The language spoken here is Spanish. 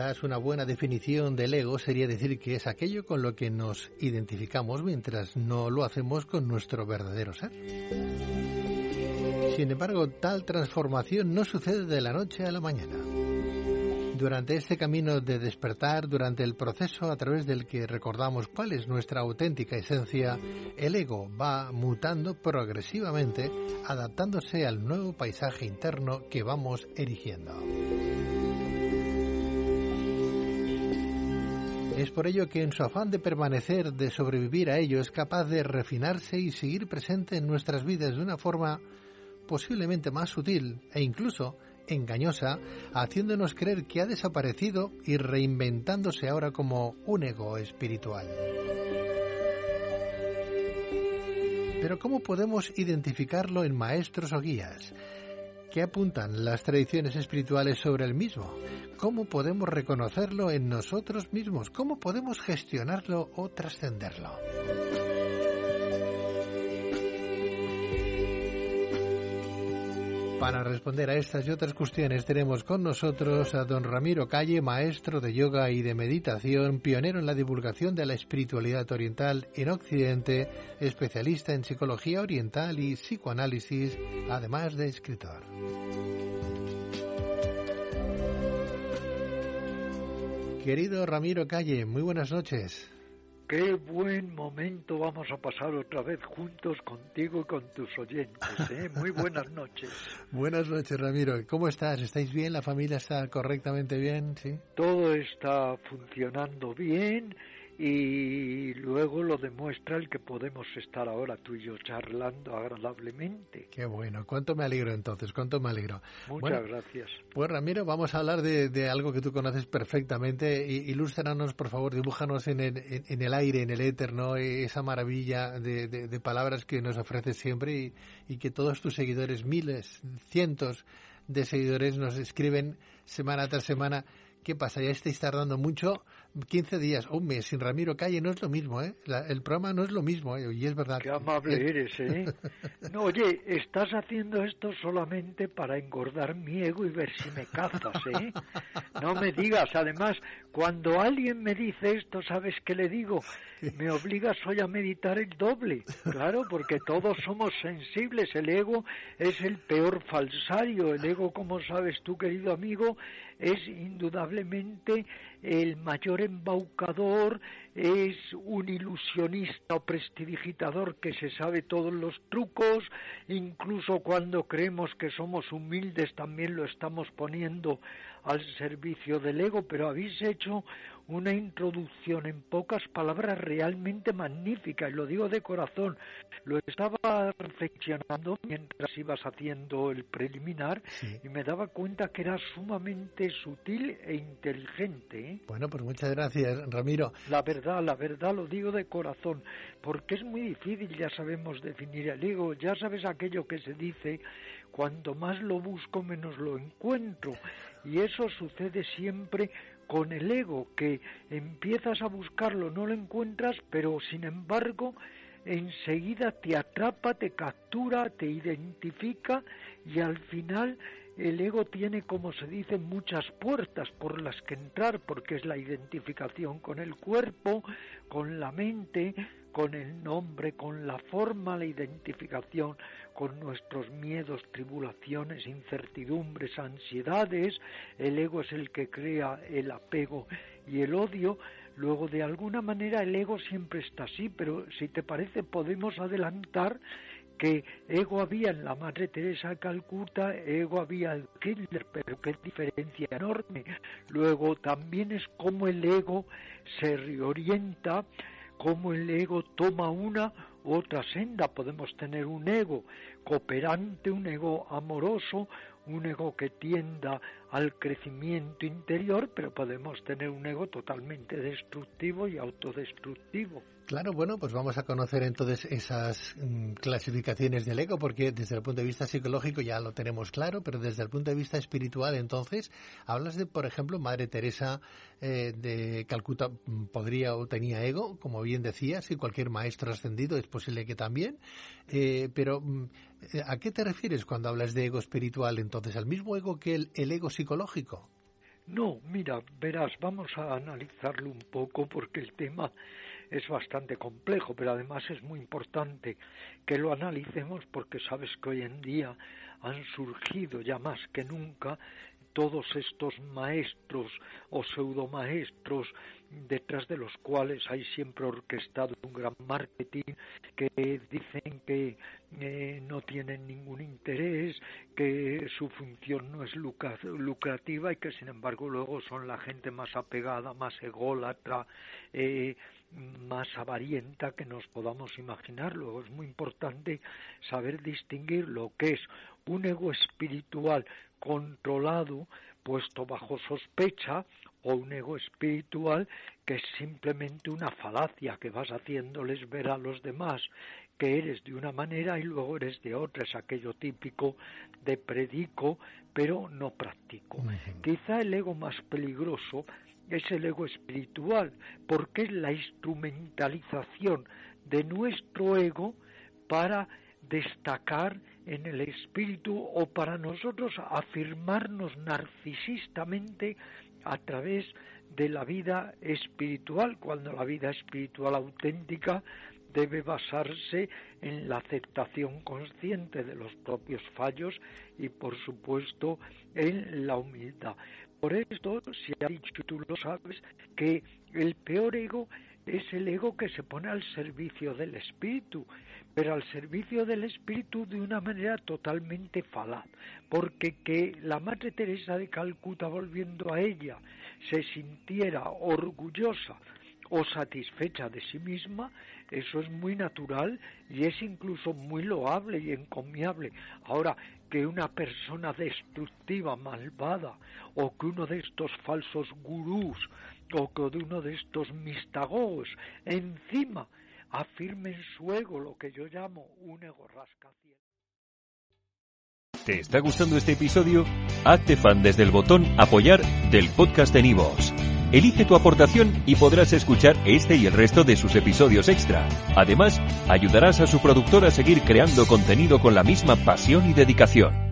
Quizás una buena definición del ego sería decir que es aquello con lo que nos identificamos mientras no lo hacemos con nuestro verdadero ser. Sin embargo, tal transformación no sucede de la noche a la mañana. Durante este camino de despertar, durante el proceso a través del que recordamos cuál es nuestra auténtica esencia, el ego va mutando progresivamente, adaptándose al nuevo paisaje interno que vamos erigiendo. Es por ello que en su afán de permanecer, de sobrevivir a ello, es capaz de refinarse y seguir presente en nuestras vidas de una forma posiblemente más sutil e incluso engañosa, haciéndonos creer que ha desaparecido y reinventándose ahora como un ego espiritual. Pero ¿cómo podemos identificarlo en maestros o guías? ¿Qué apuntan las tradiciones espirituales sobre el mismo? ¿Cómo podemos reconocerlo en nosotros mismos? ¿Cómo podemos gestionarlo o trascenderlo? Para responder a estas y otras cuestiones tenemos con nosotros a don Ramiro Calle, maestro de yoga y de meditación, pionero en la divulgación de la espiritualidad oriental en Occidente, especialista en psicología oriental y psicoanálisis, además de escritor. Querido Ramiro Calle, muy buenas noches. Qué buen momento vamos a pasar otra vez juntos contigo y con tus oyentes, ¿eh? Muy buenas noches. Buenas noches, Ramiro. ¿Cómo estás? ¿Estáis bien? ¿La familia está correctamente bien? ¿Sí? Todo está funcionando bien y luego lo demuestra el que podemos estar ahora tú y yo charlando agradablemente. Qué bueno. ¿Cuánto me alegro entonces? ¿Cuánto me alegro? Muchas gracias. Pues Ramiro, vamos a hablar de algo que tú conoces perfectamente. Ilústranos, por favor, dibújanos en el aire, en el éter, ¿no? Esa maravilla de palabras que nos ofreces siempre y que todos tus seguidores, miles, cientos de seguidores nos escriben semana tras semana. ¿Qué pasa? Ya estáis tardando mucho, 15 días o un mes sin Ramiro Calle, no es lo mismo, ¿eh? El programa no es lo mismo, ¿eh? Y es verdad. Qué amable eres, ¿eh? No, oye, estás haciendo esto solamente para engordar mi ego y ver si me cazas, ¿eh? No me digas, además, cuando alguien me dice esto, ¿sabes qué le digo? Me obligas hoy a meditar el doble, claro, porque todos somos sensibles, el ego es el peor falsario, el ego, como sabes tú, querido amigo, es indudablemente el mayor embaucador, es un ilusionista o prestidigitador que se sabe todos los trucos, incluso cuando creemos que somos humildes también lo estamos poniendo al servicio del ego, pero habéis hecho una introducción en pocas palabras realmente magnífica, y lo digo de corazón. Lo estaba reflexionando mientras ibas haciendo el preliminar, sí, y me daba cuenta que era sumamente sutil e inteligente, ¿eh? Bueno, pues muchas gracias, Ramiro. La verdad lo digo de corazón, porque es muy difícil, ya sabemos definir el ego, ya sabes aquello que se dice, cuanto más lo busco menos lo encuentro, y eso sucede siempre con el ego, que empiezas a buscarlo, no lo encuentras, pero sin embargo enseguida te atrapa, te captura, te identifica, y al final el ego tiene, como se dice, muchas puertas por las que entrar, porque es la identificación con el cuerpo, con la mente, con el nombre, con la forma, la identificación con nuestros miedos, tribulaciones, incertidumbres, ansiedades. El ego es el que crea el apego y el odio. Luego, de alguna manera, el ego siempre está así, pero si te parece podemos adelantar que ego había en la Madre Teresa de Calcuta, ego había en Hitler, pero qué diferencia enorme. Luego también es como el ego se reorienta, como el ego toma una u otra senda. Podemos tener un ego cooperante, un ego amoroso, un ego que tienda al crecimiento interior, pero podemos tener un ego totalmente destructivo y autodestructivo. Claro, bueno, pues vamos a conocer entonces esas clasificaciones del ego, porque desde el punto de vista psicológico ya lo tenemos claro, pero desde el punto de vista espiritual, entonces, hablas de, por ejemplo, Madre Teresa de Calcuta podría o tenía ego, como bien decías, y cualquier maestro ascendido es posible que también, pero ¿a qué te refieres cuando hablas de ego espiritual entonces? ¿Al mismo ego que el ego psicológico? No, mira, verás, vamos a analizarlo un poco porque el tema es bastante complejo, pero además es muy importante que lo analicemos porque sabes que hoy en día han surgido ya más que nunca todos estos maestros o pseudomaestros detrás de los cuales hay siempre orquestado un gran marketing, que dicen que no tienen ningún interés, que su función no es lucrativa y que sin embargo luego son la gente más apegada, más ególatra, más avarienta que nos podamos imaginar. Luego es muy importante saber distinguir lo que es un ego espiritual controlado, puesto bajo sospecha, o un ego espiritual que es simplemente una falacia que vas haciéndoles ver a los demás que eres de una manera y luego eres de otra. Es aquello típico de predico pero no practico. Quizá el ego más peligroso es el ego espiritual, porque es la instrumentalización de nuestro ego para destacar en el espíritu o para nosotros afirmarnos narcisistamente a través de la vida espiritual, cuando la vida espiritual auténtica debe basarse en la aceptación consciente de los propios fallos y, por supuesto, en la humildad. Por esto se ha dicho, y tú lo sabes, que el peor ego es el ego que se pone al servicio del espíritu, pero al servicio del espíritu de una manera totalmente falaz, porque que la Madre Teresa de Calcuta, volviendo a ella, se sintiera orgullosa o satisfecha de sí misma, eso es muy natural y es incluso muy loable y encomiable. Ahora, que una persona destructiva, malvada, o que uno de estos falsos gurús, o que de uno de estos mistagogos, encima afirme en su ego lo que yo llamo un ego rascacielos. ¿Te está gustando este episodio? Hazte fan desde el botón Apoyar del podcast de Nivos. Elige tu aportación y podrás escuchar este y el resto de sus episodios extra. Además, ayudarás a su productor a seguir creando contenido con la misma pasión y dedicación.